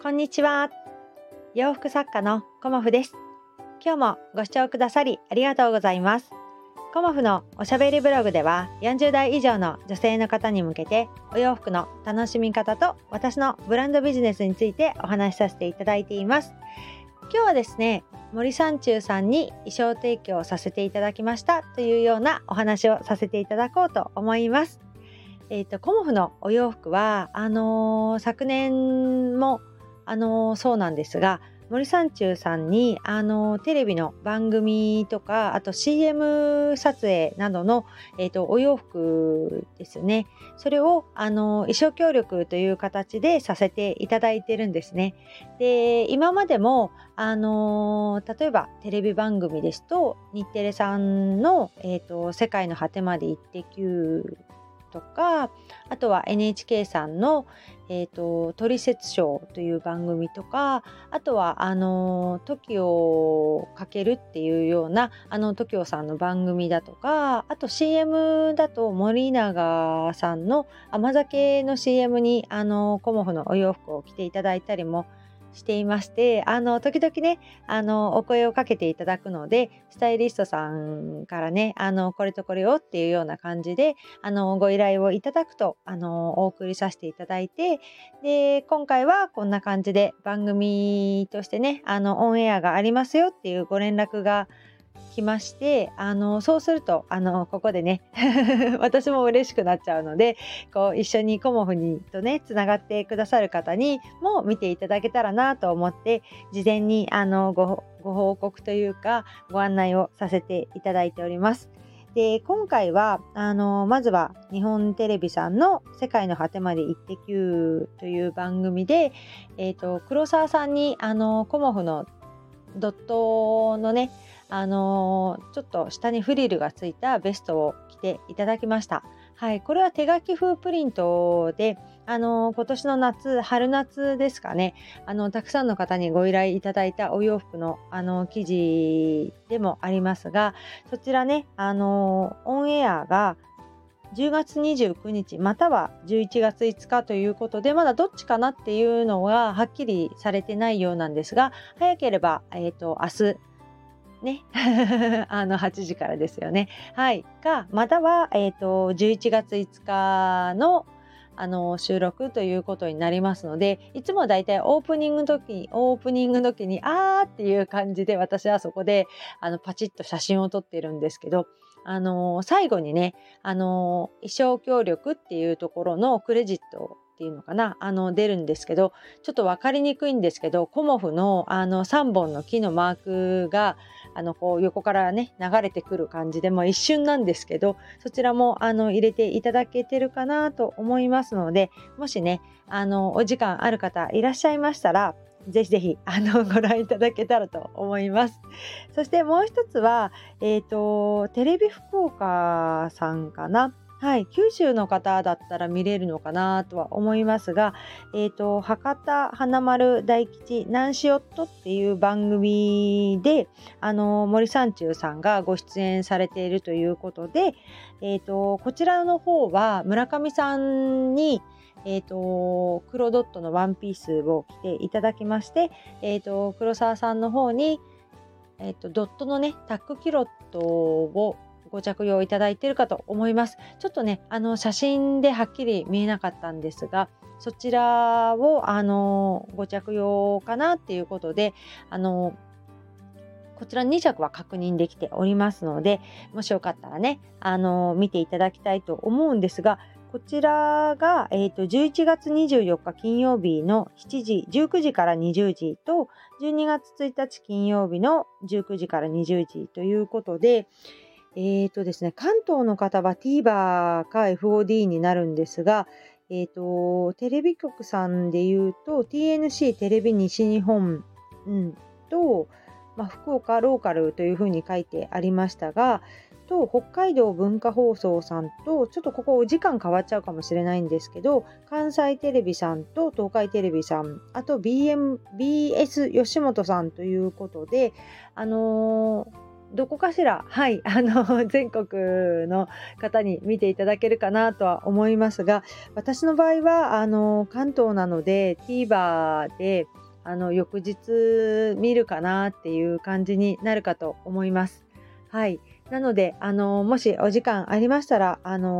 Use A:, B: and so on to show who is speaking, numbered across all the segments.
A: こんにちは。洋服作家のコモフです。今日もご視聴くださりありがとうございます。コモフのおしゃべりブログでは40代以上の女性の方に向けてお洋服の楽しみ方と私のブランドビジネスについてお話しさせていただいています。今日はですね、森三中さんに衣装提供させていただきましたというようなお話をさせていただこうと思います。コモフのお洋服は昨年もそうなんですが、森三中さんにテレビの番組とか、あと CM 撮影などの、お洋服ですね、それを衣装協力という形でさせていただいてるんですね。で、今までも例えばテレビ番組ですと日テレさんの、世界の果てまでイッテ Q とか、あとは NHK さんの、トリセツショーという番組とか、あとはTOKIO をかけるっていうようなTOKIO さんの番組だとか、あと CM だと森永さんの甘酒の CM にコモフのお洋服を着ていただいたりもしていまして、時々ねお声をかけていただくので、スタイリストさんからねこれとこれをっていうような感じでご依頼をいただくとお送りさせていただいて、で今回はこんな感じで番組としてねオンエアがありますよっていうご連絡が来まして、そうするとここでね私も嬉しくなっちゃうので、こう一緒にコモフにとねつながってくださる方にも見ていただけたらなと思って、事前にご報告というかご案内をさせていただいております。で、今回はまずは日本テレビさんの世界の果てまでイッテ Q という番組で、黒沢さんにコモフのドットのねちょっと下にフリルがついたベストを着ていただきました。はい、これは手書き風プリントで今年の春夏ですかね、たくさんの方にご依頼いただいたお洋服の生地でもありますが、そちらねオンエアが10月29日または11月5日ということで、まだどっちかなっていうのははっきりされてないようなんですが、早ければ明日ね8時からですよね。はい。または11月5日の収録ということになりますので、いつもだいたいオープニングの時にあーっていう感じで私はそこでパチッと写真を撮ってるんですけど、最後にね衣装協力っていうところのクレジットっていうのかな出るんですけど、ちょっと分かりにくいんですけど、コモフの3本の木のマークがこう横からね流れてくる感じで、もう一瞬なんですけど、そちらも入れていただけてるかなと思いますので、もしねお時間ある方いらっしゃいましたらぜひぜひご覧いただけたらと思います。そしてもう一つはテレビ福岡さんかな。はい、九州の方だったら見れるのかなとは思いますが、博多華丸大吉ナンシオットっていう番組で森三中さんがご出演されているということで、こちらの方は村上さんに黒ドットのワンピースを着ていただきまして、黒沢さんの方に、ドットのねタックキロットをご着用いただいているかと思います。ちょっとね写真ではっきり見えなかったんですが、そちらをご着用かなっていうことでこちら2着は確認できておりますので、もしよかったらね見ていただきたいと思うんですが、こちらが、11月24日金曜日の19時から20時と12月1日金曜日の19時から20時ということで、ですね、関東の方は TVer か FOD になるんですが、テレビ局さんでいうと TNC テレビ西日本、と、福岡ローカルというふうに書いてありましたが、と北海道文化放送さんと、ちょっとここお時間変わっちゃうかもしれないんですけど、関西テレビさんと東海テレビさん、あと BS 吉本さんということで、 どこかしら、全国の方に見ていただけるかなとは思いますが、私の場合は関東なので TVer で翌日見るかなっていう感じになるかと思います。はい。なのでもしお時間ありましたら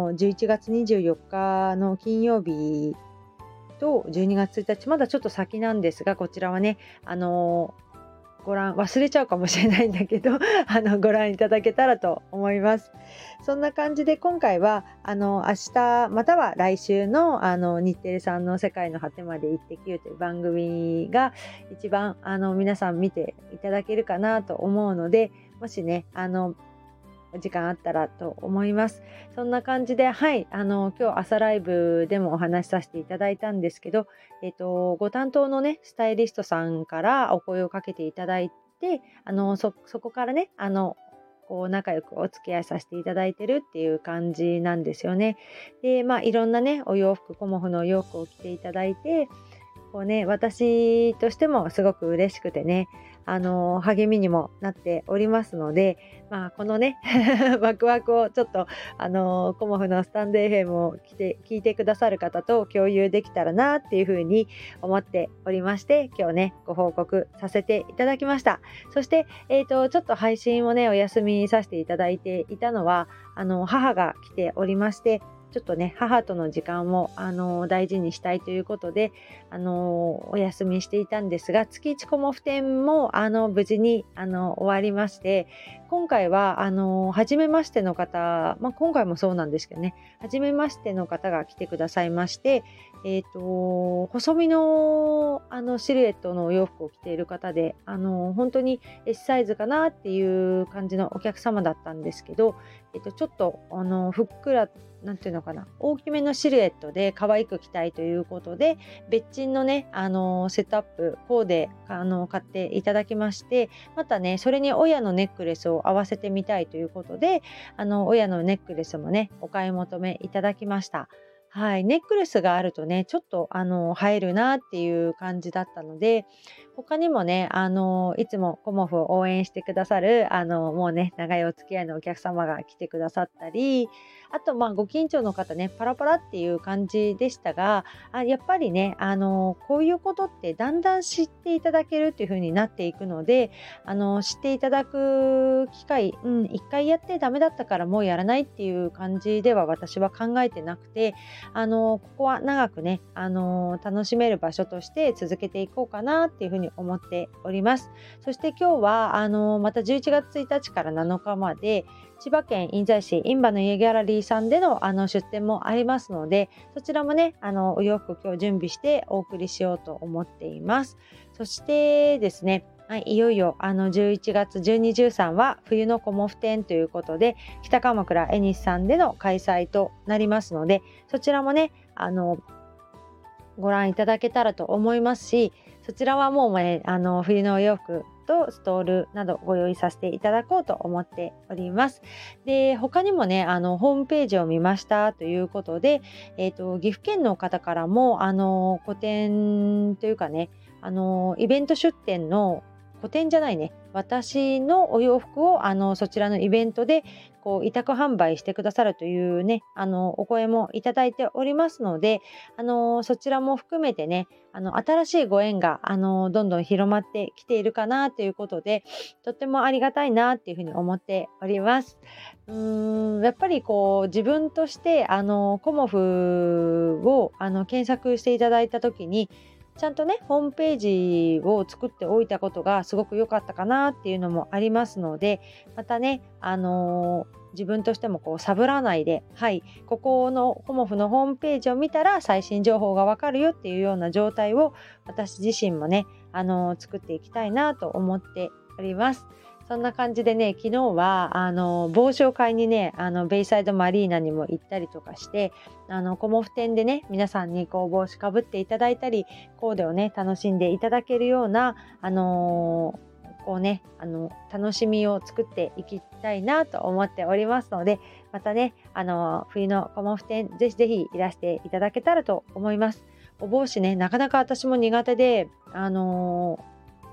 A: 11月24日の金曜日と12月1日、まだちょっと先なんですが、こちらはねご覧忘れちゃうかもしれないんだけどご覧いただけたらと思います。そんな感じで今回は明日または来週の日テレさんの世界の果てまで行ってきゅうという番組が一番皆さん見ていただけるかなと思うので、もしねお時間あったらと思います。そんな感じで、今日朝ライブでもお話しさせていただいたんですけど、ご担当のね、スタイリストさんからお声をかけていただいて、そこからね、こう仲良くお付き合いさせていただいてるっていう感じなんですよね。で、いろんなね、お洋服、コモフのお洋服を着ていただいて、こうね、私としてもすごく嬉しくてね、励みにもなっておりますので、このねワクワクをちょっとコモフのスタンド FM を聞いてくださる方と共有できたらなっていうふうに思っておりまして、今日ねご報告させていただきました。そして、ちょっと配信をねお休みさせていただいていたのは母が来ておりまして、ちょっとね母との時間を大事にしたいということでお休みしていたんですが、月1コモフ展も無事に終わりまして、今回は初めましての方、今回もそうなんですけどね、初めましての方が来てくださいまして、細身のシルエットのお洋服を着ている方で本当に S サイズかなっていう感じのお客様だったんですけど、ちょっとふっくらなんていうのかな、大きめのシルエットで可愛く着たいということで、別賃のねセットアップコーデ買っていただきまして、またねそれに親のネックレスを合わせてみたいということで親のネックレスもねお買い求めいただきました。はい、ネックレスがあるとねちょっと映えるなっていう感じだったので、他にもねいつもコモフを応援してくださるもうね長いお付き合いのお客様が来てくださったり、あとご近所の方ねパラパラっていう感じでしたが、やっぱりねこういうことってだんだん知っていただけるっていう風になっていくので、知っていただく機会、一回やってダメだったからもうやらないっていう感じでは私は考えてなくて、ここは長くね楽しめる場所として続けていこうかなっていう風に思っております。そして今日はまた11月1日から7日まで千葉県印西市印旛の家ギャラリーさんでの出店もありますので、そちらもねお洋服今日準備してお送りしようと思っています。そしてですね、いよいよ11月12、13は冬のコモフ展ということで、北鎌倉エニスさんでの開催となりますので、そちらもねご覧いただけたらと思いますし、そちらはもうね冬のお洋服とストールなどご用意させていただこうと思っております。で、他にもねホームページを見ましたということで、岐阜県の方からも個展というかねイベント出店の個展じゃないね、私のお洋服をそちらのイベントでこう委託販売してくださるというねお声もいただいておりますので、そちらも含めてね新しいご縁がどんどん広まってきているかなということで、とってもありがたいなっていうふうに思っております。やっぱりこう自分としてコモフを検索していただいた時にちゃんとねホームページを作っておいたことがすごく良かったかなっていうのもありますので、またね自分としてもこうサボらないで、ここのコモフのホームページを見たら最新情報がわかるよっていうような状態を私自身もね作っていきたいなと思っております。そんな感じでね、昨日は帽子を買いにねベイサイドマリーナにも行ったりとかして、コモフ展でね皆さんにこう帽子かぶっていただいたりコーデをね楽しんでいただけるようなこうね楽しみを作っていきたいなと思っておりますので、またね冬のコモフ展ぜひぜひいらしていただけたらと思います。お帽子ねなかなか私も苦手で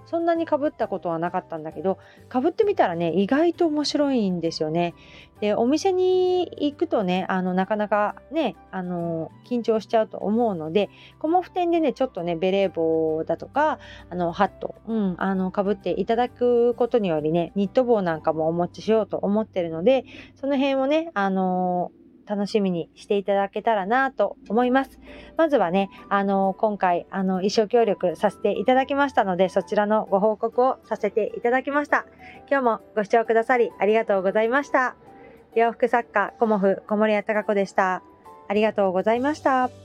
A: そんなに被ったことはなかったんだけど、被ってみたらね、意外と面白いんですよね。で、お店に行くとね、なかなかね、緊張しちゃうと思うので、コモフ展でね、ちょっとね、ベレー帽だとか、ハット、被っていただくことによりね、ニット帽なんかもお持ちしようと思ってるので、その辺をね、楽しみにしていただけたらなと思います。まずはね、今回、一生協力させていただきましたので、そちらのご報告をさせていただきました。今日もご視聴くださりありがとうございました。洋服作家、コモフ、小森屋隆子でした。ありがとうございました。